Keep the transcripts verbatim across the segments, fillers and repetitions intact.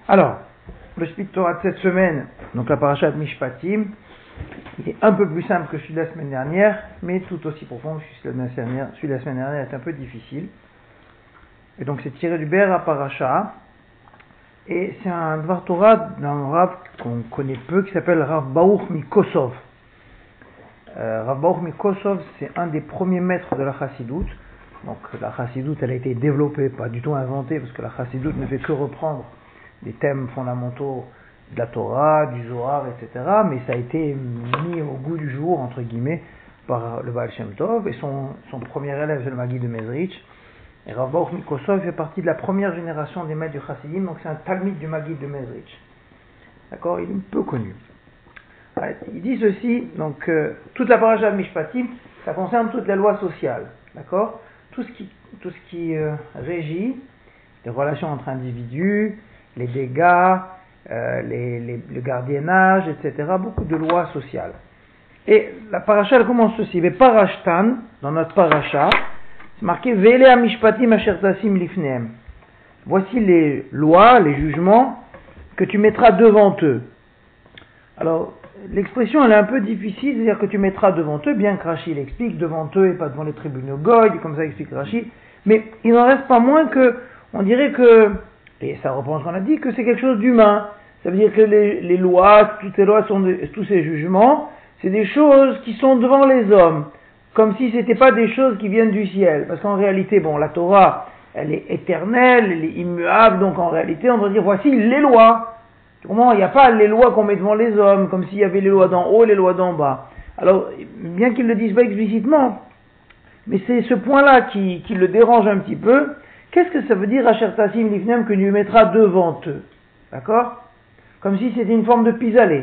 Alors, le Spit Torah de cette semaine, donc la parashat Mishpatim, il est un peu plus simple que celui de la semaine dernière, mais tout aussi profond que celui de la semaine dernière. Celui de la semaine dernière est un peu difficile. Et donc c'est tiré du Be'er HaParasha, et c'est un Dvar Torah d'un Rav qu'on connaît peu, qui s'appelle Rav Baruch Mikosov. Euh, Rav Baruch Mikosov, c'est un des premiers maîtres de la Chassidoute. Donc la Chassidoute, elle a été développée, pas du tout inventée, parce que la Chassidoute ne fait que reprendre des thèmes fondamentaux de la Torah, du Zohar, et cetera. Mais ça a été mis au goût du jour, entre guillemets, par le Baal Shem Tov, et son, son premier élève, c'est le Maggid de Mezrich. Et Rav Baruch Mikosov fait partie de la première génération des maîtres du Chassidim, donc c'est un Talmid du Maggid de Mezrich. D'accord, il est peu connu. Il dit ceci, donc euh, toute la parasha de Mishpatim, ça concerne toutes les lois sociales, d'accord, tout ce qui, tout ce qui euh, régit les relations entre individus, les dégâts, euh, les, les, le gardiennage, et cetera, beaucoup de lois sociales. Et la parasha, elle commence ceci, mais parashtan, dans notre parasha, c'est marqué Vele Mishpatim asher tasim lifnehem. Voici les lois, les jugements que tu mettras devant eux. Alors, l'expression elle est un peu difficile, c'est-à-dire que tu mettras devant eux, bien que Rashi l'explique, devant eux et pas devant les tribunaux Goy, comme ça explique Rashi, mais il n'en reste pas moins que, on dirait que, et ça reprend ce qu'on a dit, que c'est quelque chose d'humain. Ça veut dire que les, les lois, toutes ces lois, sont de, tous ces jugements, c'est des choses qui sont devant les hommes, comme si ce n'était pas des choses qui viennent du ciel. Parce qu'en réalité, bon, la Torah, elle est éternelle, elle est immuable, donc en réalité, on doit dire, voici les lois. Comment il n'y a pas les lois qu'on met devant les hommes, comme s'il y avait les lois d'en haut et les lois d'en bas. Alors, bien qu'ils ne le disent pas explicitement, mais c'est ce point-là qui, qui le dérange un petit peu. Qu'est-ce que ça veut dire, Asher Tassim Lifnem, que tu mettras devant eux? D'accord? Comme si c'était une forme de pis-aller.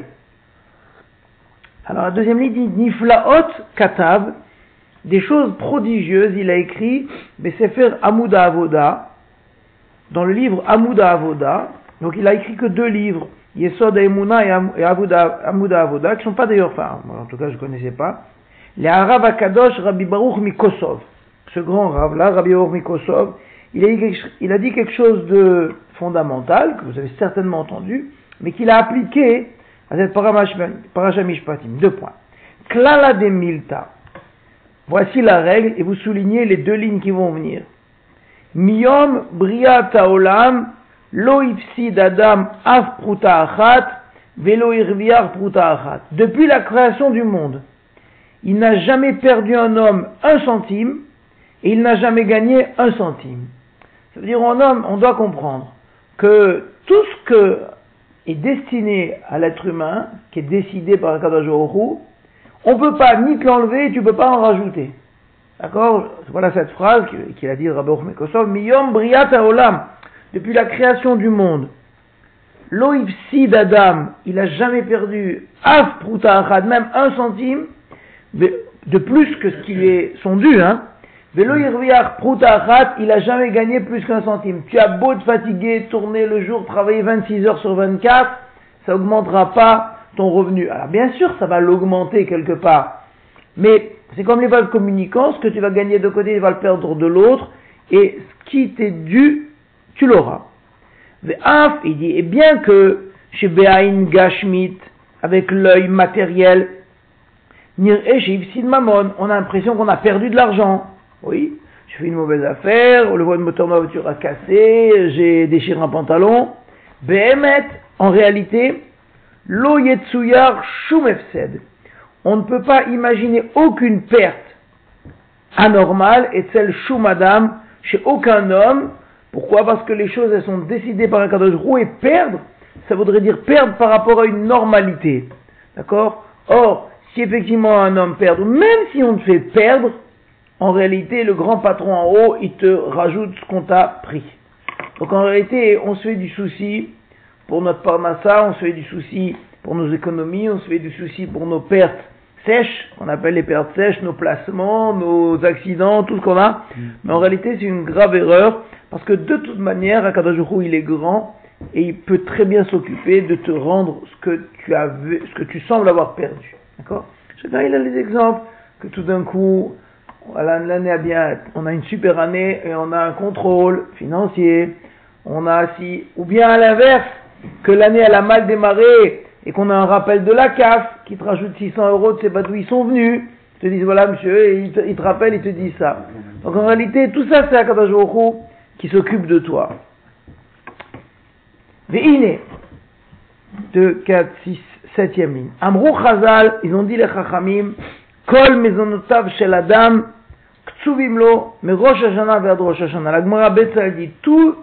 Alors, la deuxième ligne dit Niflaot Katav, des choses prodigieuses, il a écrit Besefer Amuda Avoda, dans le livre Amuda Avoda. Donc il a écrit que deux livres, Yesod Ha'emuna et Amuda Avoda, qui ne sont pas d'ailleurs, enfin, en tout cas je ne connaissais pas, les Harav HaKadosh Rabbi Baruch Mikosov. Ce grand Rav là, Rabbi Baruch Mikosov, il a, dit, il a dit quelque chose de fondamental, que vous avez certainement entendu, mais qu'il a appliqué à cette parasha Mishpatim. Deux points. Klala de Milta. Voici la règle, et vous soulignez les deux lignes qui vont venir. Miyom Briat Haolam Lo ifsid Adam af pruta achat, velo irviar pruta achat. Depuis la création du monde, il n'a jamais perdu un homme un centime, et il n'a jamais gagné un centime. Ça veut dire, en homme, on doit comprendre que tout ce que est destiné à l'être humain, qui est décidé par Akadosh Baruch Hu, on ne peut pas ni te l'enlever, et tu ne peux pas en rajouter. D'accord? Voilà cette phrase qu'il a dit Rabbi Baruch Mikosov, Miyom Briat Haolam. Depuis la création du monde, Lo ifsid Adam, il n'a jamais perdu Af Pruta Achad, même un centime, de plus que ce qui est son dû, hein. Velo Irviach Pruta Achad, il n'a jamais gagné plus qu'un centime. Tu as beau te fatiguer, tourner le jour, travailler vingt-six heures sur vingt-quatre, ça n'augmentera pas ton revenu. Alors bien sûr, ça va l'augmenter quelque part, mais c'est comme les vases communicants, ce que tu vas gagner de côté, tu vas le perdre de l'autre, et ce qui t'est dû, tu l'auras. Il dit, et bien que chez Be'ain Gashmit, avec l'œil matériel, on a l'impression qu'on a perdu de l'argent. Oui, je fais une mauvaise affaire, le voie de moteur de ma voiture a cassé, j'ai déchiré un pantalon. Be'emet, en réalité, lo yetzuyar shum efsed. On ne peut pas imaginer aucune perte anormale et celle shum adam chez aucun homme. Pourquoi? Parce que les choses, elles sont décidées par un Kadosh Hu, et perdre, ça voudrait dire perdre par rapport à une normalité. D'accord? Or, si effectivement un homme perd, même si on te fait perdre, en réalité, le grand patron en haut, il te rajoute ce qu'on t'a pris. Donc en réalité, on se fait du souci pour notre parnassa, on se fait du souci pour nos économies, on se fait du souci pour nos pertes sèches, on appelle les pertes sèches, nos placements, nos accidents, tout ce qu'on a. Mmh. Mais en réalité, c'est une grave erreur, parce que de toute manière, Akadosh Baruch Hu, il est grand, et il peut très bien s'occuper de te rendre ce que tu avais, ce que tu sembles avoir perdu. D'accord? Chacun, il a les exemples, que tout d'un coup, l'année a bien, on a une super année, et on a un contrôle financier, on a si, ou bien à l'inverse, que l'année elle a mal démarré et qu'on a un rappel de la C A F qui te rajoute six cents euros, tu sais pas d'où ils sont venus, ils te disent voilà monsieur, et ils te, ils te rappellent, ils te disent ça. Donc en réalité, tout ça c'est Akadosh Baruch Hu qui s'occupe de toi. Ve'ine, deux, quatre, six, septième ligne. Amrou Chazal, ils ont dit les Chachamim, Kol mezonotav shel Adam, Ktsuvim lo, me Rosh Hashanah vers Rosh Hashanah. La Gemara Betsa dit tous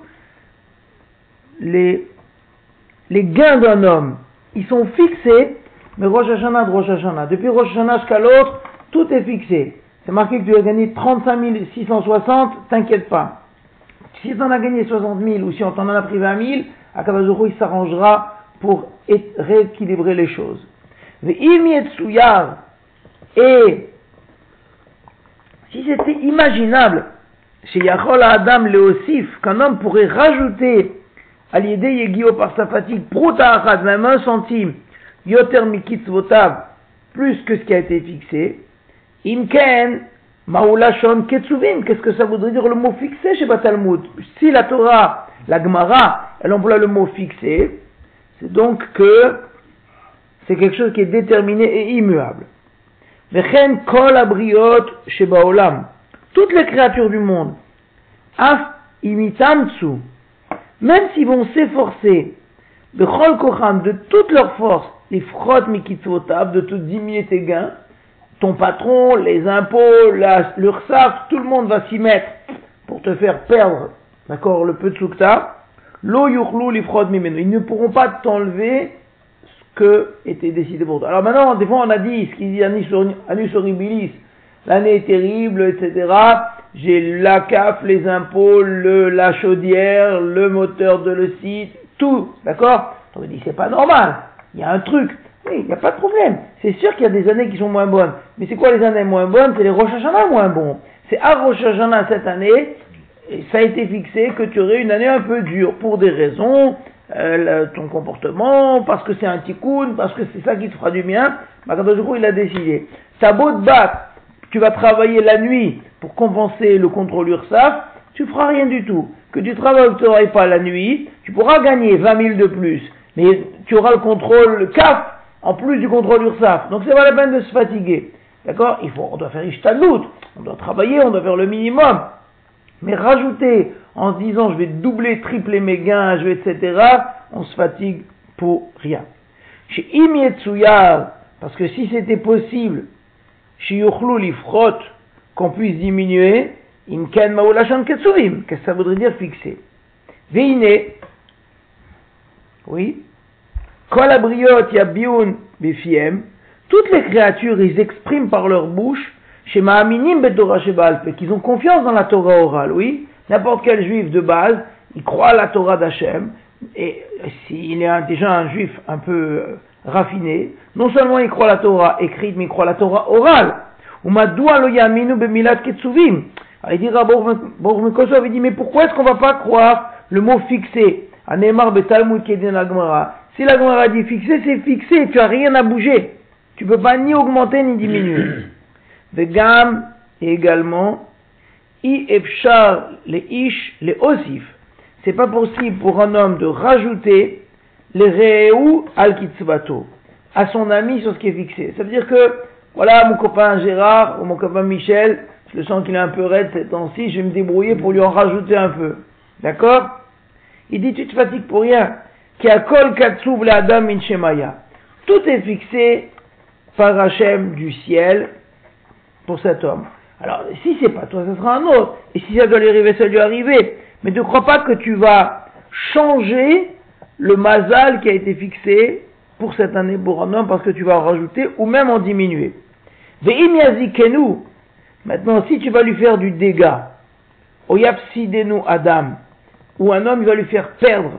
les, les gains d'un homme, ils sont fixés, mais Rosh Hashanah de Rosh Hashanah. Depuis Rosh Hashanah jusqu'à l'autre, tout est fixé. C'est marqué que tu as gagné trente-cinq mille six cent soixante, t'inquiète pas. Si tu en as gagné soixante mille ou si on t'en a pris vingt mille, Akadosh Baruch Hu il s'arrangera pour rééquilibrer les choses. Et si c'était imaginable, chez Yachol Adam Leosif, qu'un homme pourrait rajouter à l'idée Yegio par sa fatigue, Prouta même un centime, Yoter Mikitzvotav, plus que ce qui a été fixé, Imken, Maoulashon Ketsuvim, qu'est-ce que ça voudrait dire le mot fixé chez Batalmud? Si la Torah, la Gemara, elle emploie le mot fixé, c'est donc que c'est quelque chose qui est déterminé et immuable. Vechen kol abriot shebaolam. Toutes les créatures du monde, af imitamtsu, même s'ils vont s'efforcer, bechol kocham, de toute leur force, les frot mikitzvotav, de te diminuer tes gains, ton patron, les impôts, la, l'ursaf, tout le monde va s'y mettre pour te faire perdre, d'accord, le peu de soukta. Lo yuchlu lifrod mimenu. Ils ne pourront pas t'enlever ce que était décidé pour toi. Alors maintenant, des fois on a dit, ce qu'il dit Anus horribilis, l'année est terrible, et cetera. J'ai la C A F, les impôts, le, la chaudière, le moteur de le site, tout, d'accord? On dit c'est pas normal, il y a un truc. Oui, il n'y a pas de problème. C'est sûr qu'il y a des années qui sont moins bonnes. Mais c'est quoi les années moins bonnes? C'est les Rosh Hashanah moins bons. C'est à Rosh Hashanah cette année, et ça a été fixé que tu aurais une année un peu dure pour des raisons, euh, ton comportement, parce que c'est un tikkun, parce que c'est ça qui te fera du bien. Makadosh Baruch Hu, il a décidé. T'as beau te battre, tu vas travailler la nuit pour compenser le contrôle URSAF, tu feras rien du tout. Que tu travailles ou que tu ne travailles pas la nuit, tu pourras gagner vingt mille de plus, mais tu auras le contrôle, le C A F, en plus du contrôle URSAF. Donc c'est pas la peine de se fatiguer. D'accord? Il faut, on doit faire Ishtadlut, on doit travailler, on doit faire le minimum. Mais rajouter en se disant je vais doubler, tripler mes gains, je vais, et cetera, on se fatigue pour rien. Chez Imietzuyar, parce que si c'était possible, chez Yuchlu Lifrot, qu'on puisse diminuer, Imken Maoulachan Ketsuvim, qu'est-ce que ça voudrait dire fixer? Veine, oui, Kol abriot yabiun befiem, toutes les créatures, ils expriment par leur bouche, chez Ma'aminim betorah shebalpe, qu'ils ont confiance dans la Torah orale, oui. N'importe quel juif de base, il croit à la Torah d'Hachem, et s'il est déjà un juif un peu euh, raffiné, non seulement il croit à la Torah écrite, mais il croit à la Torah orale. Umadua lo yaminu bemilat ketsuvim. Alors il dit, Baruch Mekosov, il dit, mais pourquoi est-ce qu'on va pas croire le mot fixé? Anemar betalmud kedin la Gemara. Si la Gemara dit fixé, c'est fixé, tu as rien à bouger. Tu peux pas ni augmenter ni diminuer. Vegam, et également, I efshar les ish les osif. C'est pas possible pour un homme de rajouter les réou al kitzvato à son ami sur ce qui est fixé. Ça veut dire que, voilà, mon copain Gérard ou mon copain Michel, je le sens qu'il est un peu raide ces temps-ci, je vais me débrouiller pour lui en rajouter un peu. D'accord? Il dit, tu te fatigues pour rien. Ki akol katsuv le adam min shemaya. Tout est fixé par Hachem du ciel pour cet homme. Alors, si c'est pas toi, ce sera un autre. Et si ça doit lui arriver, ça lui arriver. Mais ne crois pas que tu vas changer le mazal qui a été fixé pour cette année pour un homme parce que tu vas en rajouter ou même en diminuer. Ve'im yazikenu. Maintenant, si tu vas lui faire du dégât, oyapsidenu adam, ou un homme il va lui faire perdre,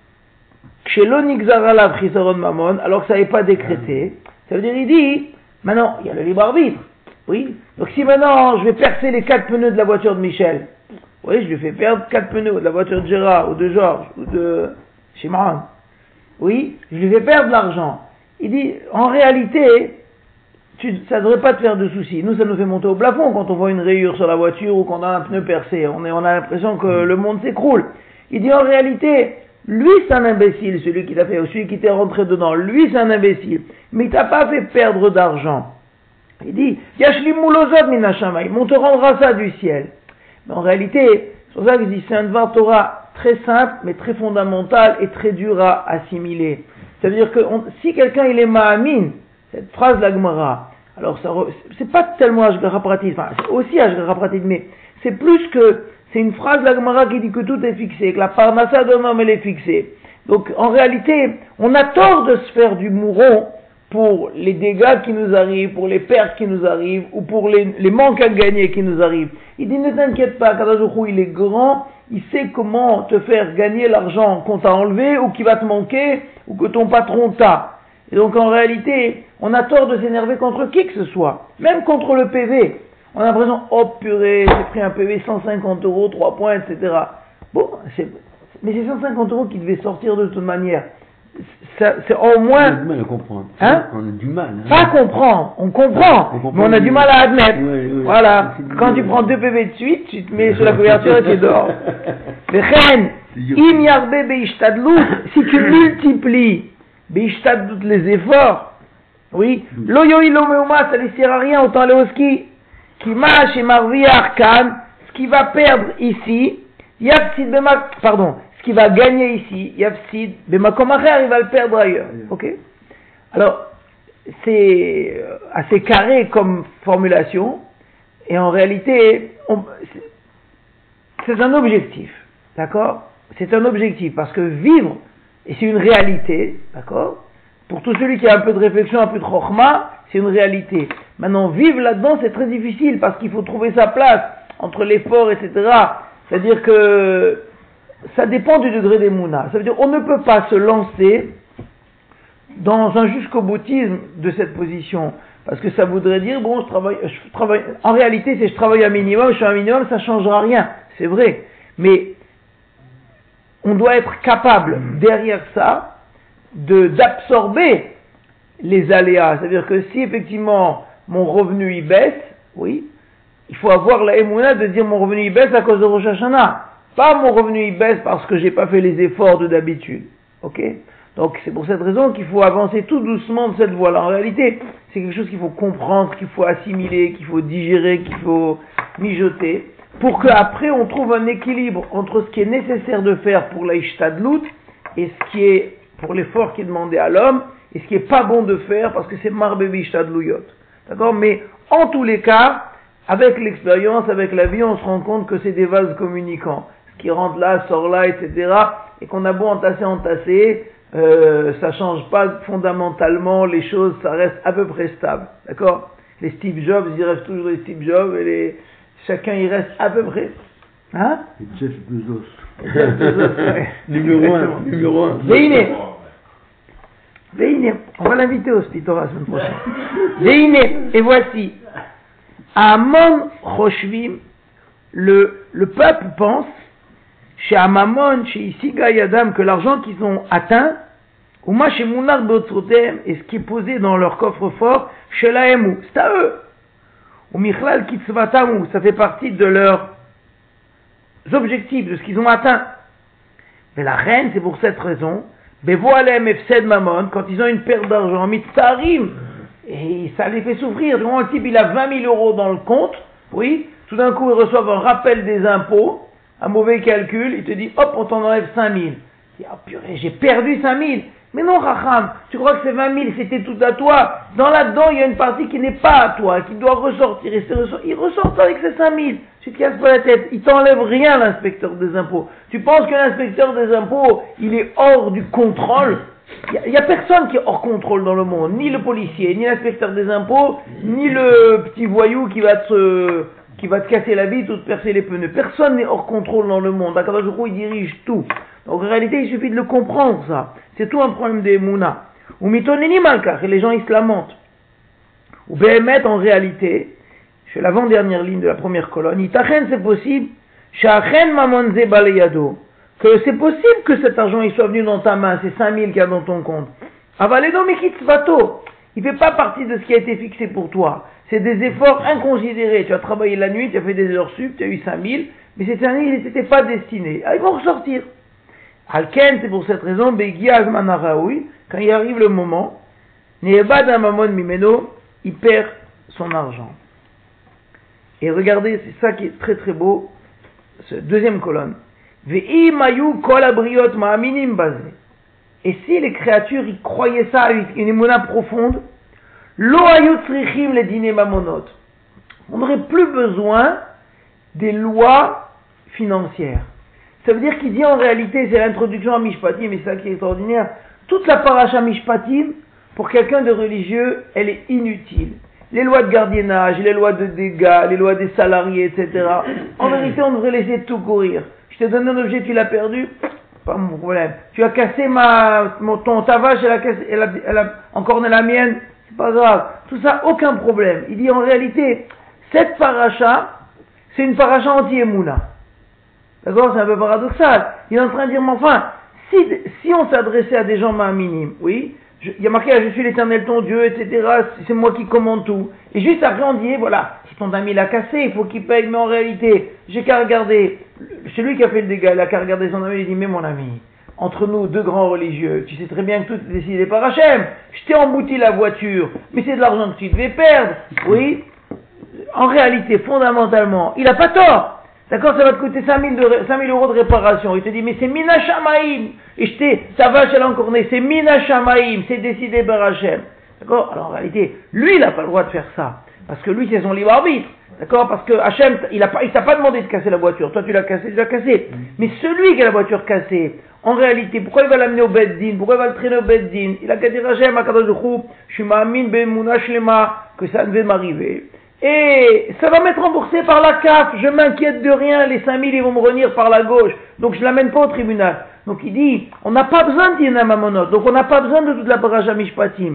mamon, alors que ça n'est pas décrété, ça veut dire, il dit, maintenant, il y a le libre arbitre. Oui. Donc si maintenant je vais percer les quatre pneus de la voiture de Michel, oui, je lui fais perdre quatre pneus de la voiture de Gérard ou de Georges ou de Shimon. Oui, je lui fais perdre de l'argent. Il dit, en réalité, tu, ça ne devrait pas te faire de soucis. Nous, ça nous fait monter au plafond quand on voit une rayure sur la voiture ou qu'on a un pneu percé. On, est, on a l'impression que le monde s'écroule. Il dit, en réalité, lui c'est un imbécile, celui qui t'a fait, ou celui qui t'est rentré dedans, lui c'est un imbécile, mais il t'a pas fait perdre d'argent. Il dit, Yashli Moulozot Minashamay, on te rendra ça du ciel. Mais en réalité, c'est pour ça que je dis, c'est un Dvar Torah très simple, mais très fondamental et très dur à assimiler. C'est-à-dire que on, si quelqu'un il est ma'amin, cette phrase de la Gemara, alors ça, c'est pas tellement Ashgara Pratit, enfin c'est aussi Ashgara Pratit, mais c'est plus que, c'est une phrase de la Gemara qui dit que tout est fixé, que la parnassa d'un homme elle est fixée. Donc en réalité, on a tort de se faire du mouron pour les dégâts qui nous arrivent, pour les pertes qui nous arrivent, ou pour les, les manques à gagner qui nous arrivent. Il dit, ne t'inquiète pas, Kadosh Baruch Hu, il est grand, il sait comment te faire gagner l'argent qu'on t'a enlevé, ou qui va te manquer, ou que ton patron t'a. Et donc en réalité, on a tort de s'énerver contre qui que ce soit, même contre le P V. On a l'impression, oh purée, j'ai pris un P V cent cinquante euros, trois points, et cetera. Bon, c'est, mais c'est cent cinquante euros qui devaient sortir de toute manière. Ça, c'est au moins. On a du mal à comprendre. Hein? On a du mal. Hein? Pas comprendre, on comprend, on comprend, mais on a du mal à admettre. Oui, oui, voilà. Quand tu prends deux P V de suite, tu te mets sur la couverture et tu dors. Im yarbe beishtadlut, si tu multiplies beishtadlut les efforts, oui, lo yoi lo meuma, ça ne sert à rien, autant aller au ski. Qui marche et marviar kan, ce qui va perdre ici, yafsid bema, pardon, ce qui va gagner ici, yafsid bema komacher, il va le perdre ailleurs. Ok? Alors, c'est assez carré comme formulation, et en réalité, on, c'est un objectif, d'accord? C'est un objectif, parce que vivre, et c'est une réalité, d'accord? Pour tout celui qui a un peu de réflexion, un peu de chokhma, c'est une réalité. Maintenant, vivre là-dedans, c'est très difficile, parce qu'il faut trouver sa place, entre l'effort, et cetera. C'est-à-dire que, ça dépend du degré des mounas. Ça veut dire, on ne peut pas se lancer dans un jusqu'au boutisme de cette position. Parce que ça voudrait dire, bon, je travaille, je travaille, en réalité, si je travaille un minimum, je suis un minimum, ça ne changera rien. C'est vrai. Mais, on doit être capable, derrière ça, de, d'absorber les aléas. C'est-à-dire que si effectivement, mon revenu il baisse, oui, il faut avoir la émouna de dire mon revenu il baisse à cause de Rosh Hashanah. Pas mon revenu il baisse parce que j'ai pas fait les efforts de d'habitude. Ok? Donc c'est pour cette raison qu'il faut avancer tout doucement de cette voie-là. En réalité, c'est quelque chose qu'il faut comprendre, qu'il faut assimiler, qu'il faut digérer, qu'il faut mijoter, pour qu'après on trouve un équilibre entre ce qui est nécessaire de faire pour la ishtadlut et ce qui est pour l'effort qui est demandé à l'homme et ce qui est pas bon de faire parce que c'est marbebi ishtadluyot. D'accord? Mais en tous les cas, avec l'expérience, avec la vie, on se rend compte que c'est des vases communicants. Ce qui rentre là, sort là, et cetera. Et qu'on a beau entasser, entasser, euh, ça change pas fondamentalement les choses, ça reste à peu près stable. D'accord? Les Steve Jobs, ils restent toujours les Steve Jobs, et les, chacun il reste à peu près. Hein? Et Jeff Bezos. Jeff Bezos, ouais. Numéro un, numéro un. Veine. Veine. On va l'inviter au Spitora la semaine prochaine. Veine. Et voici. Amon Choshvim, le, le peuple pense, chez Amamon, chez Isiga Yadam, que l'argent qu'ils ont atteint, ou moi chez Mounar Botsotem, et ce qui est posé dans leur coffre-fort, chez la Emu, c'est à eux. Ou Michlal Kitzvatamu, ça fait partie de leurs objectifs, de ce qu'ils ont atteint. Mais la reine, c'est pour cette raison, Bevo Alem Efsed Mamon, quand ils ont une perte d'argent, Mitzarim, et ça les fait souffrir. Du moment où le type il a vingt mille euros dans le compte, oui, tout d'un coup ils reçoivent un rappel des impôts, un mauvais calcul, il te dit hop, on t'en enlève cinq mille. Tu dis, oh purée, j'ai perdu cinq mille. Mais non, Racham, tu crois que c'est vingt mille, c'était tout à toi. Dans là-dedans, il y a une partie qui n'est pas à toi, qui doit ressortir. Et ressort... il ressort avec ses cinq mille. Tu te casses pas la tête. Il t'enlève rien, l'inspecteur des impôts. Tu penses que l'inspecteur des impôts, il est hors du contrôle? Il n'y a, a personne qui est hors contrôle dans le monde. Ni le policier, ni l'inspecteur des impôts, ni le petit voyou qui va te, qui va te casser la vie ou te percer les pneus. Personne n'est hors contrôle dans le monde. Akadosh Baruch Hu, il dirige tout. Donc en réalité, il suffit de le comprendre, ça. C'est tout un problème des Mouna. Ou mitoneni malkach, et les gens ils se lamentent. Ou behemet, en réalité, je fais l'avant-dernière ligne de la première colonne, itachen, c'est possible, shachen mamonze baleyado, que c'est possible que cet argent il soit venu dans ta main, c'est cinq mille qu'il y a dans ton compte. Avaledo mikitzvato, il fait pas partie de ce qui a été fixé pour toi. C'est des efforts inconsidérés. Tu as travaillé la nuit, tu as fait des heures sup, tu as eu cinq mille, mais ces cinq mille, ils n'étaient pas destinés. Ah, ils vont ressortir. Alken, c'est pour cette raison, Begia Azman Haraoui, quand il arrive le moment, Ne'ebad Mamon Mimeno, il perd son argent. Et regardez, c'est ça qui est très très beau, cette deuxième colonne. Ve'i mayu kol abriot ma'aminim bazé. Et si les créatures y croyaient ça avec une émouna profonde, lo ayu tzrichim le dîner mamonot. On n'aurait plus besoin des lois financières. Ça veut dire qu'il dit en réalité, c'est l'introduction à Mishpatim, et c'est ça qui est extraordinaire, toute la paracha Mishpatim, pour quelqu'un de religieux, elle est inutile. Les lois de gardiennage, les lois de dégâts, les lois des salariés, et cetera. En vérité, on devrait laisser tout courir. Je t'ai donné un objet, tu l'as perdu, pas mon problème. Tu as cassé ma, mon, ton, ta vache, elle a, cassé, elle a, elle a encorné la mienne, c'est pas grave. Tout ça, aucun problème. Il dit en réalité, cette paracha, c'est une paracha anti-Emouna. D'accord? C'est un peu paradoxal. Il est en train de dire, mais enfin, si, si on s'adressait à des gens minimes, oui, je, il y a marqué, je suis l'Éternel ton Dieu, et cetera, c'est moi qui commande tout. Et juste après, on dit, voilà, si ton ami l'a cassé, il faut qu'il paye, mais en réalité, j'ai qu'à regarder, c'est lui qui a fait le dégât, il a qu'à regarder son ami, il dit, mais mon ami, entre nous, deux grands religieux, tu sais très bien que tout est décidé par Hachem, je t'ai embouti la voiture, mais c'est de l'argent que tu devais perdre, oui. En réalité, fondamentalement, il n'a pas tort. D'accord, ça va te coûter cinq mille euros de réparation. Il te dit, mais c'est Mina Shamaim. Et je t'ai, ta vache, elle a encore né. C'est Mina Shamaim. C'est décidé par Hachem. D'accord? Alors, en réalité, lui, il n'a pas le droit de faire ça. Parce que lui, c'est son libre arbitre. D'accord? Parce que Hachem, il ne t'a pas demandé de casser la voiture. Toi, tu l'as cassée, tu l'as cassée. Mais celui qui a la voiture cassée, en réalité, pourquoi il va l'amener au Beddin? Pourquoi il va le traîner au Beddin? Il a qu'à dire Hachem, Akadosh Baruch Hu, je suis ma'amin be'emouna shlema, que ça ne va m'arriver. Et ça va m'être remboursé par la C A F, je m'inquiète de rien, les cinq mille ils vont me revenir par la gauche, donc je ne l'amène pas au tribunal. Donc il dit, on n'a pas besoin d'Yena Mamonot, donc on n'a pas besoin de toute la paracha Mishpatim.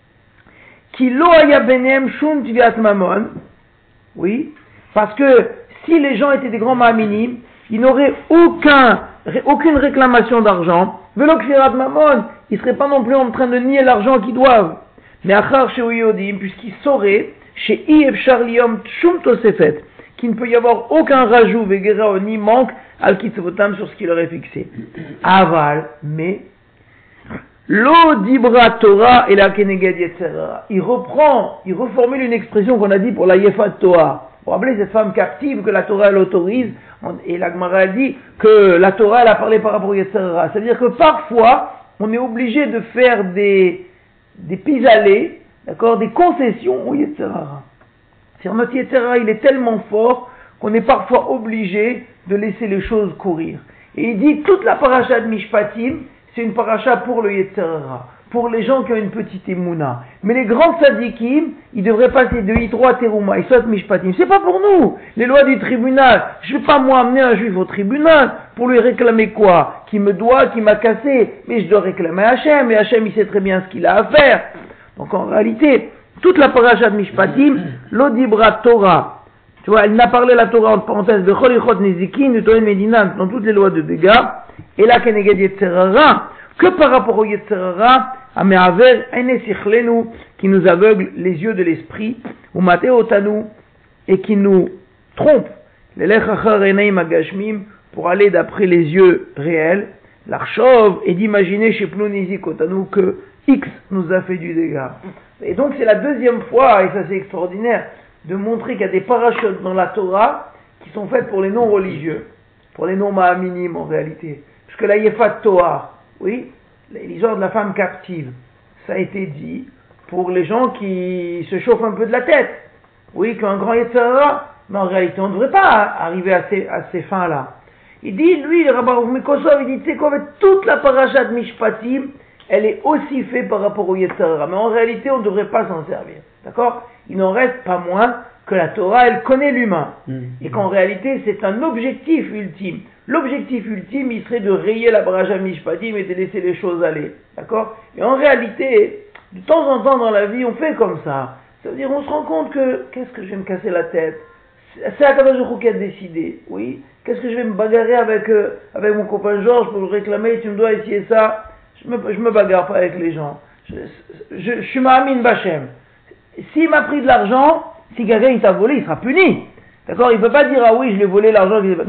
Ki lo haya benem shum tviat mamon, oui, parce que si les gens étaient des grands ma'aminim, ils n'auraient aucun, aucune réclamation d'argent, velo ksirat mamon, ils ne seraient pas non plus en train de nier l'argent qu'ils doivent. Mais achar sheu yodim, puisqu'ils sauraient, chez I F Charlium Tchum Tosefet, qu'il ne peut y avoir aucun rajout, Vegera ni manque, al Kitzvotam sur ce qu'il aurait fixé. Aval, mais, Lo Dibra Torah et la Keneged Yetzera. Il reprend, il reformule une expression qu'on a dit pour la Yefat Torah. Vous vous rappelez cette femme captive que la Torah elle autorise, et la Gemara dit que la Torah elle a parlé par rapport au Yetzera. C'est-à-dire que parfois, on est obligé de faire des, des pis-aller, d'accord, des concessions au Yetzirah. C'est-à-dire notre Yetzirah, il est tellement fort qu'on est parfois obligé de laisser les choses courir. Et il dit toute la paracha de Mishpatim, c'est une paracha pour le Yetzirah, pour les gens qui ont une petite émouna. Mais les grands tzadikim, ils devraient passer de Yitro Teruma et soit Mishpatim. C'est pas pour nous, les lois du tribunal. Je vais pas moi amener un juif au tribunal pour lui réclamer quoi? Qui me doit, qui m'a cassé. Mais je dois réclamer Hachem, et Hachem il sait très bien ce qu'il a à faire. Donc en réalité, toute la paracha de Mishpatim, l'odibra Torah, tu vois, elle n'a parlé la Torah entre parenthèses de Cholichot Nezikin, de Toen Medina, dans toutes les lois de dégâts, et la Keneged Yetzerara, que par rapport au Yetzerara, à Me'aver Ene Sichlenu, qui nous aveugle les yeux de l'esprit, ou Mateo Tanu, et qui nous trompe, les Lechachar Eneim Agashmim, pour aller d'après les yeux réels, l'archov, et d'imaginer chez Plonizik Otanu que X nous a fait du dégât. Et donc c'est la deuxième fois, et ça c'est extraordinaire, de montrer qu'il y a des parachutes dans la Torah qui sont faites pour les non-religieux, pour les non-ma'aminim en réalité. Parce que la Yefat Torah, oui, l'histoire de la femme captive, ça a été dit pour les gens qui se chauffent un peu de la tête. Oui, qu'un grand Yetzirah, mais en réalité on ne devrait pas arriver à ces, à ces fins-là. Il dit, lui, le Rabbi Mikosov, il dit, tu sais quoi, toute la paracha de Mishpatim, elle est aussi faite par rapport au Yetzirah. Mais en réalité, on ne devrait pas s'en servir. D'accord? Il n'en reste pas moins que la Torah, elle connaît l'humain. Mmh. Et qu'en réalité, c'est un objectif ultime. L'objectif ultime, il serait de rayer la paracha Mishpatim et de laisser les choses aller. D'accord? Et en réalité, de temps en temps dans la vie, on fait comme ça. Ça veut dire, on se rend compte que, qu'est-ce que je vais me casser la tête? C'est Akadosh Baruch Hu qui a décidé. Oui? Qu'est-ce que je vais me bagarrer avec, euh, avec mon copain Georges pour le réclamer? Tu me dois essayer ça? Je me, je me bagarre pas avec les gens. Je, je, je suis Ma'amin Bachem. S'il m'a pris de l'argent, si quelqu'un il t'a volé, il sera puni. D'accord? Il ne peut pas dire, ah oui, je l'ai volé l'argent. Non.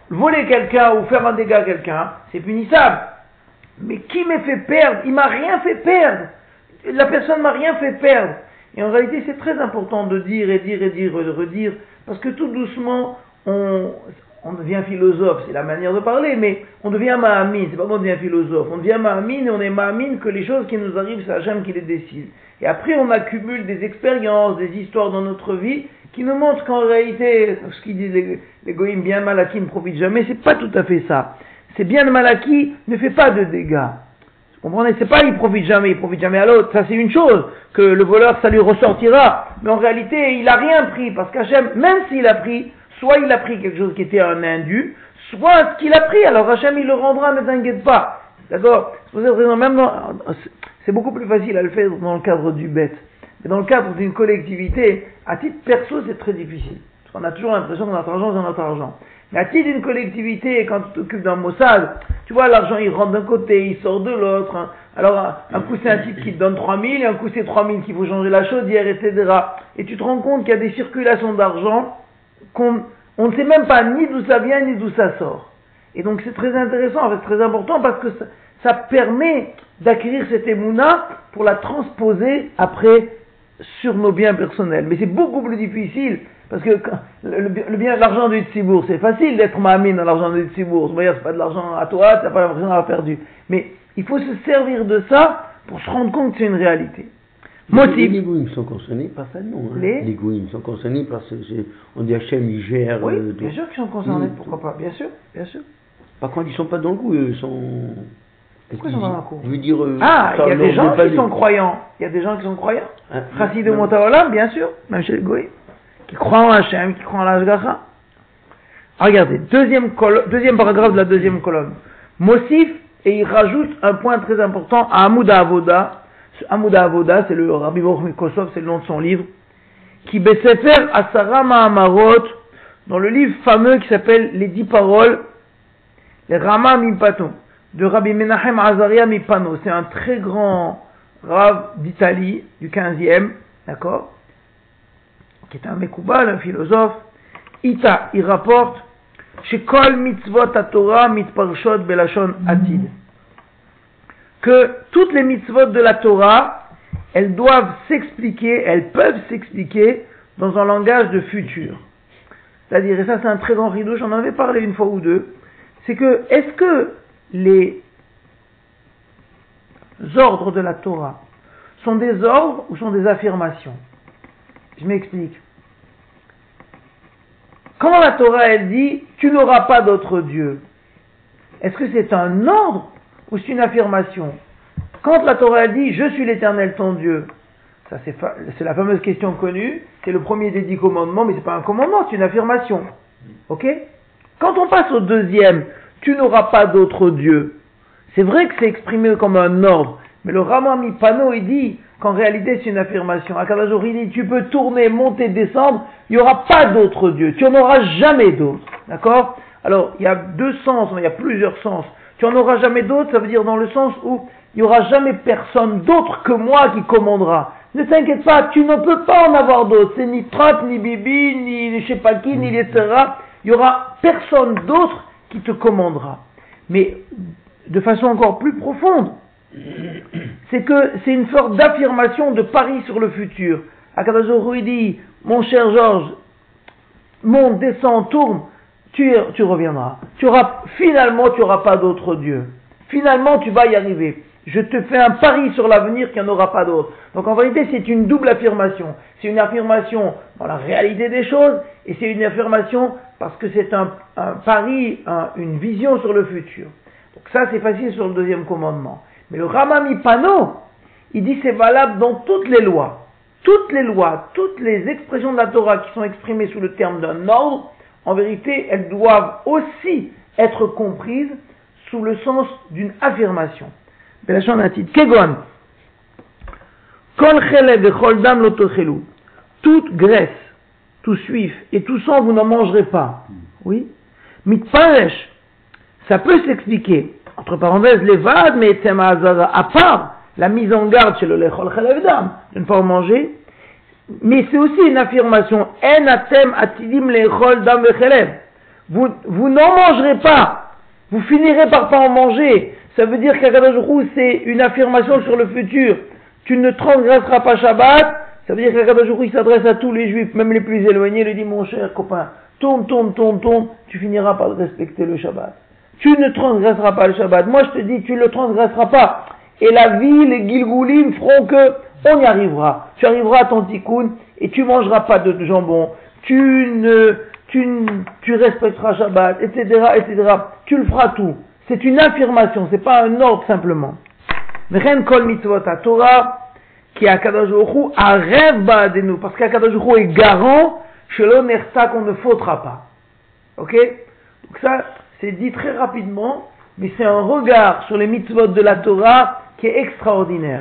voler quelqu'un ou faire un dégât à quelqu'un, c'est punissable. Mais qui m'a fait perdre? Il m'a rien fait perdre. La personne m'a rien fait perdre. Et en réalité, c'est très important de dire et dire et dire et de redire, parce que tout doucement, on, on devient philosophe, c'est la manière de parler, mais on devient ma'amine, c'est pas qu'on devient philosophe, on devient ma'amine et on est ma'amine que les choses qui nous arrivent, c'est Hachem qui les décide. Et après, on accumule des expériences, des histoires dans notre vie, qui nous montrent qu'en réalité, ce qu'ils disent les, les goïms, bien mal acquis ne profite jamais, c'est pas tout à fait ça. C'est bien mal acquis ne fait pas de dégâts. Vous comprenez? C'est pas il profite jamais, il profite jamais à l'autre. Ça c'est une chose, que le voleur ça lui ressortira. Mais en réalité, il a rien pris, parce qu'Hachem, même s'il a pris, soit il a pris quelque chose qui était un indu, soit ce qu'il a pris, alors Hachem il le rendra, ne t'inquiète pas. D'accord? Même dans, c'est beaucoup plus facile à le faire dans le cadre du bête. Mais dans le cadre d'une collectivité, à titre perso, c'est très difficile. Parce qu'on a toujours l'impression que notre argent, c'est notre argent. Mais à titre d'une collectivité, quand tu t'occupes d'un Mossad, tu vois, l'argent, il rentre d'un côté, il sort de l'autre. Hein. Alors, un, un coup, c'est un type qui te donne trois mille, et un coup, c'est trois mille qu'il faut changer la chaudière, et cetera. Et tu te rends compte qu'il y a des circulations d'argent qu'on on ne sait même pas ni d'où ça vient, ni d'où ça sort. Et donc, c'est très intéressant, en fait, c'est très important, parce que ça, ça permet d'acquérir cette émouna pour la transposer après sur nos biens personnels. Mais c'est beaucoup plus difficile, parce que le, le, le bien, l'argent du Tzibour, c'est facile d'être ma'amine dans l'argent du Tzibour. C'est pas de l'argent à toi, t'as pas l'impression d'avoir perdu. Mais il faut se servir de ça pour se rendre compte que c'est une réalité. Motif. Les goïms sont concernés par ça, non hein. Les, les goïms sont concernés parce que on dit Hachem, il gère. Oui, euh, bien sûr qu'ils sont concernés, mmh. Pourquoi pas, bien sûr, bien sûr. Par contre, ils sont pas dans le coup, ils sont. Pourquoi ils sont dans le coup? Je veux dire. Euh, ah, il y a des gens qui les... sont croyants. Il y a des gens qui sont croyants. Chassid de Motaolam, bien sûr, même chez les goïms, qui croient en Hachem, qui croient en l'Ashgacha. Regardez, deuxième, colo- deuxième paragraphe de la deuxième colonne. Mossif, et il rajoute un point très important à Amouda Avoda. Amouda Avoda, c'est le Rabbi Baruch Mikosov, c'est le nom de son livre, qui Besefer Asara Ma'amarot, dans le livre fameux qui s'appelle Les Dix Paroles, les Rama Mipato, de Rabbi Menachem Azaria Mipano. C'est un très grand Rav d'Italie, du quinzième, d'accord, qui est un Mekoubal, un philosophe. Ita, il rapporte, chez Kol Mitzvot HaTorah Mitparshot Belashon Atid, que toutes les mitzvot de la Torah, elles doivent s'expliquer, elles peuvent s'expliquer dans un langage de futur. C'est-à-dire, et ça c'est un très grand rideau, j'en avais parlé une fois ou deux, c'est que, est-ce que les ordres de la Torah sont des ordres ou sont des affirmations? Je m'explique. Quand la Torah, elle dit, tu n'auras pas d'autre Dieu, est-ce que c'est un ordre ou c'est une affirmation? Quand la Torah dit, je suis l'Éternel ton Dieu, ça c'est, fa- c'est la fameuse question connue, c'est le premier des dix commandements, mais c'est pas un commandement, c'est une affirmation. Ok? Quand on passe au deuxième, tu n'auras pas d'autre Dieu, c'est vrai que c'est exprimé comme un ordre, mais le Rama Mipano, il dit qu'en réalité c'est une affirmation. Akadosh Baruch Hu, il dit, tu peux tourner, monter, descendre, il n'y aura pas d'autre Dieu, tu n'en auras jamais d'autre. D'accord? Alors, il y a deux sens, il y a plusieurs sens. Tu n'en auras jamais d'autre, ça veut dire dans le sens où il n'y aura jamais personne d'autre que moi qui commandera. Ne t'inquiète pas, tu ne peux pas en avoir d'autres. C'est ni Trat, ni Bibi, ni je sais pas qui, ni et cetera. Il n'y aura personne d'autre qui te commandera. Mais de façon encore plus profonde, c'est que c'est une sorte d'affirmation, de pari sur le futur. Akadosh Baruch Hu dit, mon cher Georges, monte, descend, tourne, tu, tu reviendras. Tu auras, finalement, tu n'auras pas d'autre Dieu. Finalement, tu vas y arriver. Je te fais un pari sur l'avenir qu'il n'y en aura pas d'autre. Donc en vérité, c'est une double affirmation. C'est une affirmation dans la réalité des choses, et c'est une affirmation parce que c'est un, un pari, un, une vision sur le futur. Donc ça, c'est facile sur le deuxième commandement. Mais le Rama Mipano, il dit c'est valable dans toutes les lois. Toutes les lois, toutes les expressions de la Torah qui sont exprimées sous le terme d'un ordre, en vérité, elles doivent aussi être comprises sous le sens d'une affirmation. Belashon Atid. Kegon. Kol chelev vechol dam lo tochelu. Toute graisse, tout suif et tout sang, vous n'en mangerez pas. Oui. Mitparesh. Ça peut s'expliquer. Entre parenthèses, levad, mais etzem ha'azara. À part la mise en garde chez le lechol chelev dam, de ne pas en manger. Mais c'est aussi une affirmation. En atem atidim lechol dam vechelev. vous, vous n'en mangerez pas. Vous finirez par pas en manger. Ça veut dire qu'Akadosh Baruch Hu, c'est une affirmation sur le futur. Tu ne transgresseras pas Shabbat. Ça veut dire qu'Akadosh Baruch Hu, il s'adresse à tous les juifs, même les plus éloignés, il lui dit, mon cher copain, tourne, tourne, tourne, tourne, tu finiras par respecter le Shabbat. Tu ne transgresseras pas le Shabbat. Moi, je te dis, tu ne le transgresseras pas. Et la vie, les Gilgoulim feront que on y arrivera. Tu arriveras à ton tikkun et tu mangeras pas de jambon. Tu ne, tu, tu respecteras Shabbat, et cetera, et cetera. Tu le feras tout. C'est une affirmation, c'est pas un ordre simplement. V'chen kol mitzvot Torah qui a Kadosh Baruch Hu arev ba'adenu, parce qu'Akadosh Baruch Hu est garant, shelo nerta, qu'on ne faudra pas. Ok? Donc ça, c'est dit très rapidement, mais c'est un regard sur les mitzvot de la Torah qui est extraordinaire.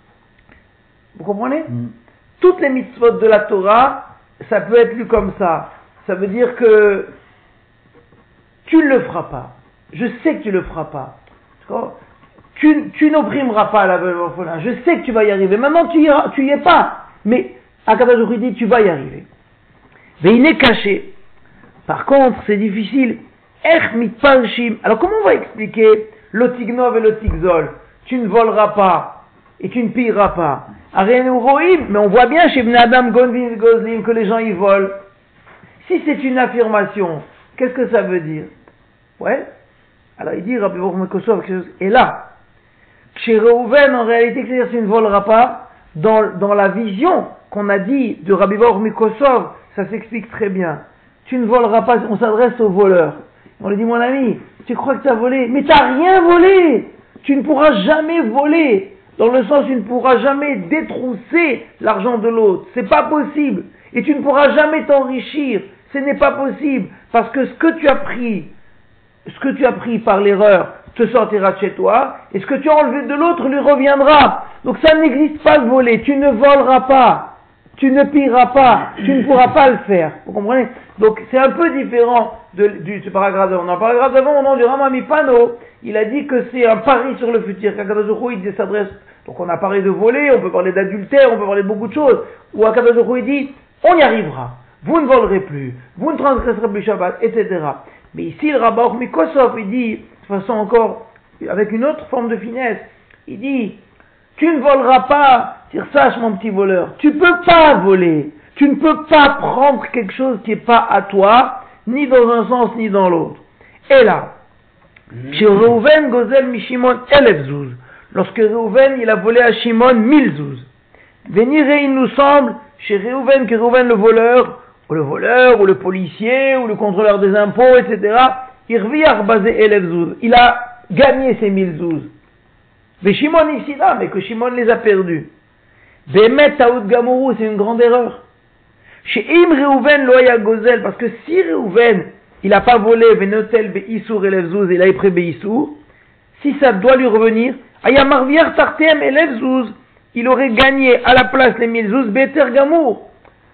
Vous comprenez? Mm. Toutes les mitzvot de la Torah, ça peut être lu comme ça. Ça veut dire que tu ne le feras pas. Je sais que tu ne le feras pas. Tu, tu n'opprimeras pas la veuve orphelin. Je sais que tu vas y arriver. Maintenant, tu y, tu y es pas. Mais Akadosh Baruch Hu dit, tu vas y arriver. Mais il est caché. Par contre, c'est difficile. Ech mitparshim. Alors, comment on va expliquer l'otignov et l'otigzol? Tu ne voleras pas et tu ne pilleras pas. Arénouroïm, mais on voit bien chez Bnei Adam Gonvin Gozlim que les gens y volent. Si c'est une affirmation, qu'est-ce que ça veut dire? Ouais. Alors il dit Rabbi Baruch Mekosov, et là, chez Reuven, en réalité, c'est-à-dire tu ne voleras pas, dans, dans la vision qu'on a dit de Rabbi Baruch Mekosov, ça s'explique très bien. Tu ne voleras pas, on s'adresse aux voleurs. On lui dit, mon ami, tu crois que tu as volé, mais tu n'as rien volé. Tu ne pourras jamais voler, dans le sens tu ne pourras jamais détrousser l'argent de l'autre. C'est pas possible. Et tu ne pourras jamais t'enrichir. Ce n'est pas possible. Parce que ce que tu as pris, ce que tu as pris par l'erreur, te sortira de chez toi, et ce que tu as enlevé de l'autre lui reviendra. Donc ça n'existe pas de voler. Tu ne voleras pas. Tu ne pilleras pas. Tu ne pourras pas le faire. Vous comprenez? Donc c'est un peu différent de, du, du paragraphe d'avant. Dans le paragraphe d'avant, au nom du Rama Pano, il a dit que c'est un pari sur le futur. Qu'Akadosh Baruch Hu, il s'adresse. Donc on a parlé de voler, on peut parler d'adultère, on peut parler de beaucoup de choses. Où Akadosh Baruch Hu, il dit, on y arrivera. Vous ne volerez plus. Vous ne transgresserez plus Shabbat, et cetera. Mais ici, le Rabbi Mikosov, il dit, de façon encore, avec une autre forme de finesse, il dit, tu ne voleras pas, tire sache mon petit voleur, tu peux pas voler, tu ne peux pas prendre quelque chose qui n'est pas à toi, ni dans un sens, ni dans l'autre. Et là, chez Reuven Gozel Mishimon Elef Zouz, lorsque Reuven, il a volé à Shimon mille zouz, venir et il nous semble, chez Reuven, que Reuven le voleur, ou le voleur, ou le policier, ou le contrôleur des impôts, et cetera, il revient à rebaser Elef Zouz. Il a gagné ces mille zouz. Mais Shimon ici là, mais que Shimon les a perdus. Bemet Taout Gamourou, c'est une grande erreur. Chez Im Reuven Loya Gozel, parce que si Reuven, il n'a pas volé, Venotel Beissour Elef Zouz, il a pris Beissour, si ça doit lui revenir, Ayamarviar Tartem Elef Zouz, il aurait gagné à la place les mille zouz, Beter Gamour.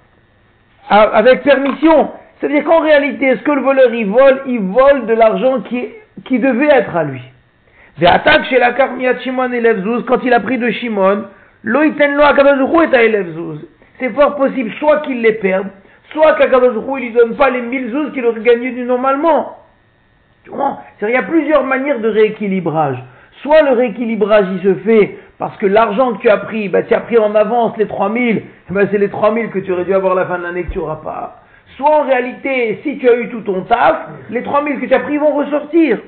Avec permission. C'est-à-dire qu'en réalité, est-ce que le voleur il vole, il vole de l'argent qui, qui devait être à lui. Ve'atak chez la Karmiat Shimon Elef Zouz, quand il a pris de Shimon, lo iten lo Akadosh Baruch Hu et à Elef Zouz. C'est fort possible, soit qu'il les perde, soit qu'Akadosh Baruch Hu il lui donne pas les mille zouz qu'il aurait gagné du normalement. Tu comprends? C'est-à-dire, il y a plusieurs manières de rééquilibrage. Soit le rééquilibrage il se fait parce que l'argent que tu as pris, bah, tu as pris en avance les trois mille, bah, c'est les trois mille que tu aurais dû avoir à la fin de l'année que tu n'auras pas. Soit en réalité, si tu as eu tout ton taf, les trois mille que tu as pris vont ressortir.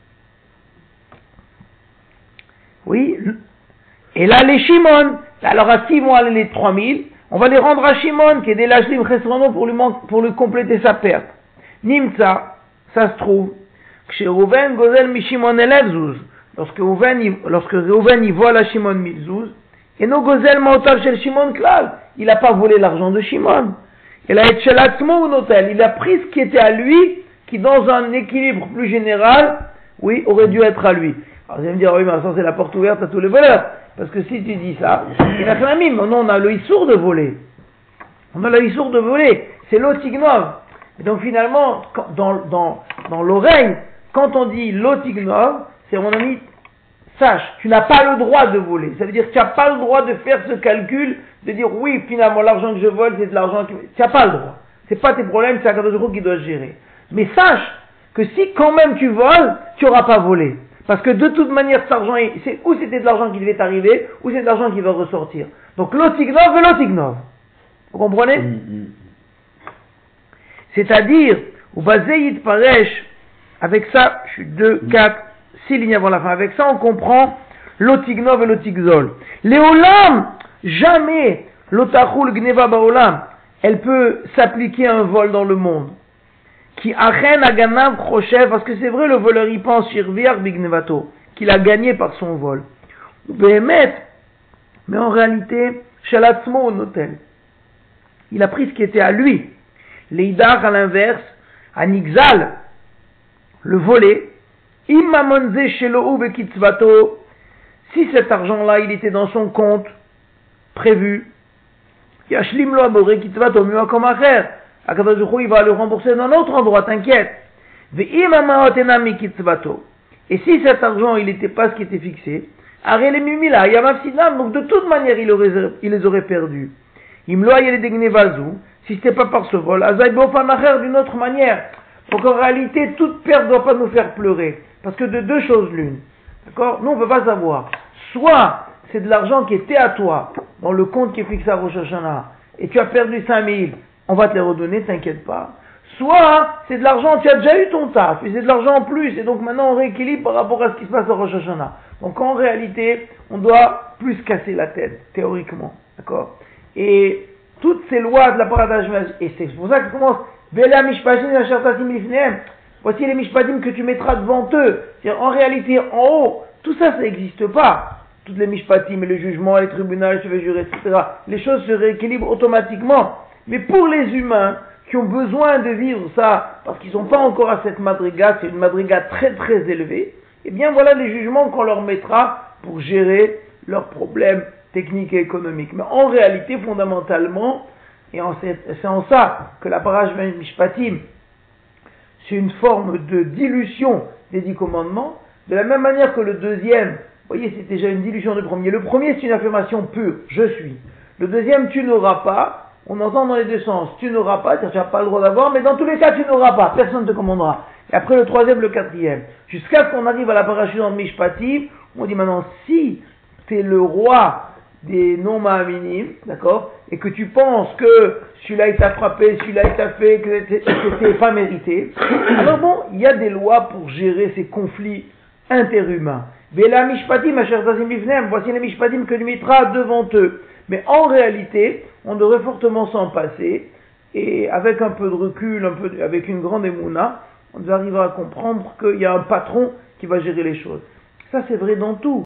Oui. Et là, les Shimon, alors à qui vont aller les trois mille? On va les rendre à Shimon, qui est des lachlim chesrono pour lui, pour lui compléter sa perte. Nimtza, ça se trouve, chez Reuven, Gozel, Mishimon, Elef Zouz. Lorsque Reuven, il, lorsque Reuven, il vole à Shimon mille zouz, et no Gozel, Maotav, chez Shimon, Klal, il n'a pas volé l'argent de Shimon. Il a été chez l'Atzmo ou Notel, il a pris ce qui était à lui, qui dans un équilibre plus général, oui, aurait dû être à lui. Alors vous allez me dire, oui, mais ça c'est la porte ouverte à tous les voleurs. Parce que si tu dis ça, il a fait la mime. Non, on a le issour de voler. On a le issour de voler. C'est l'otignov. Et donc finalement, dans, dans, dans l'oreille, quand on dit l'otignov, c'est mon ami, sache, tu n'as pas le droit de voler. Ça veut dire que tu n'as pas le droit de faire ce calcul, de dire oui, finalement, l'argent que je vole, c'est de l'argent que... Tu n'as pas le droit. C'est pas tes problèmes, c'est Akadosh Baruch Hu qui doit gérer. Mais sache que si quand même tu voles, tu n'auras pas volé. Parce que de toute manière, cet argent, c'est, ou c'était de l'argent qui devait t'arriver, ou c'est de l'argent qui va ressortir. Donc l'otignov et l'otignov. Vous comprenez? Mm-hmm. C'est-à-dire, ou bazéit paresh, avec ça, je suis deux, quatre, six lignes avant la fin. Avec ça, on comprend l'otignov et l'otigzol. Léolam, jamais l'otachul gneva baolam, elle peut s'appliquer à un vol dans le monde. Qui achen aganav crochet, parce que c'est vrai, le voleur y pense shirviar bignevato, qu'il a gagné par son vol. Behemet, mais en réalité, shalatzmo notel, il a pris ce qui était à lui. Leidar à l'inverse, à Nixal, le volé, immamonze shelohu bekitzvato, si cet argent-là, il était dans son compte prévu, yashlim lo abore kitzvato miwa comme acher, Akadosh Baruch Hu, il va le rembourser d'un autre endroit, t'inquiète. Et si cet argent, il n'était pas ce qui était fixé, donc de toute manière, il, aurait, il les aurait perdus. Si ce n'était pas par ce vol, d'une autre manière. Donc en réalité, toute perte ne doit pas nous faire pleurer. Parce que de deux choses l'une. D'accord? Nous, on ne peut pas savoir. Soit c'est de l'argent qui était à toi, dans le compte qui est fixé à Rosh Hashanah, et tu as perdu cinq mille, on va te les redonner, t'inquiète pas. Soit, c'est de l'argent, tu as déjà eu ton taf, et c'est de l'argent en plus, et donc maintenant on rééquilibre par rapport à ce qui se passe au Rosh Hashanah. Donc en réalité, on doit plus casser la tête, théoriquement. D'accord? Et toutes ces lois de la paradage, et c'est pour ça que commence, voici les mishpatim que tu mettras devant eux. C'est-à-dire, en réalité, en haut, tout ça, ça n'existe pas. Toutes les mishpatim, les jugements, les tribunaux, les cheveux jurés, et cetera. Les choses se rééquilibrent automatiquement. Mais pour les humains qui ont besoin de vivre ça, parce qu'ils ne sont pas encore à cette madriga, c'est une madriga très très élevée, eh bien voilà les jugements qu'on leur mettra pour gérer leurs problèmes techniques et économiques. Mais en réalité, fondamentalement, et c'est en ça que la parage mishpatim, c'est une forme de dilution des dix commandements, de la même manière que le deuxième, vous voyez, c'est déjà une dilution du premier. Le premier, c'est une affirmation pure, je suis. Le deuxième, tu n'auras pas. On entend dans les deux sens, tu n'auras pas, c'est-à-dire tu n'as pas le droit d'avoir, mais dans tous les cas, tu n'auras pas, personne ne te commandera. Et après le troisième, le quatrième. Jusqu'à ce qu'on arrive à la parachute dans le Mishpatim, on dit maintenant, si tu es le roi des non-ma'aminim, d'accord, et que tu penses que celui-là il t'a frappé, celui-là il t'a fait, que c'était pas mérité, alors bon, il y a des lois pour gérer ces conflits interhumains. Vela Mishpatim, voici les Mishpatim que tu mettras devant eux. Mais en réalité, on devrait fortement s'en passer, et avec un peu de recul, un peu, avec une grande émouna, on arrivera à comprendre qu'il y a un patron qui va gérer les choses. Ça, c'est vrai dans tout.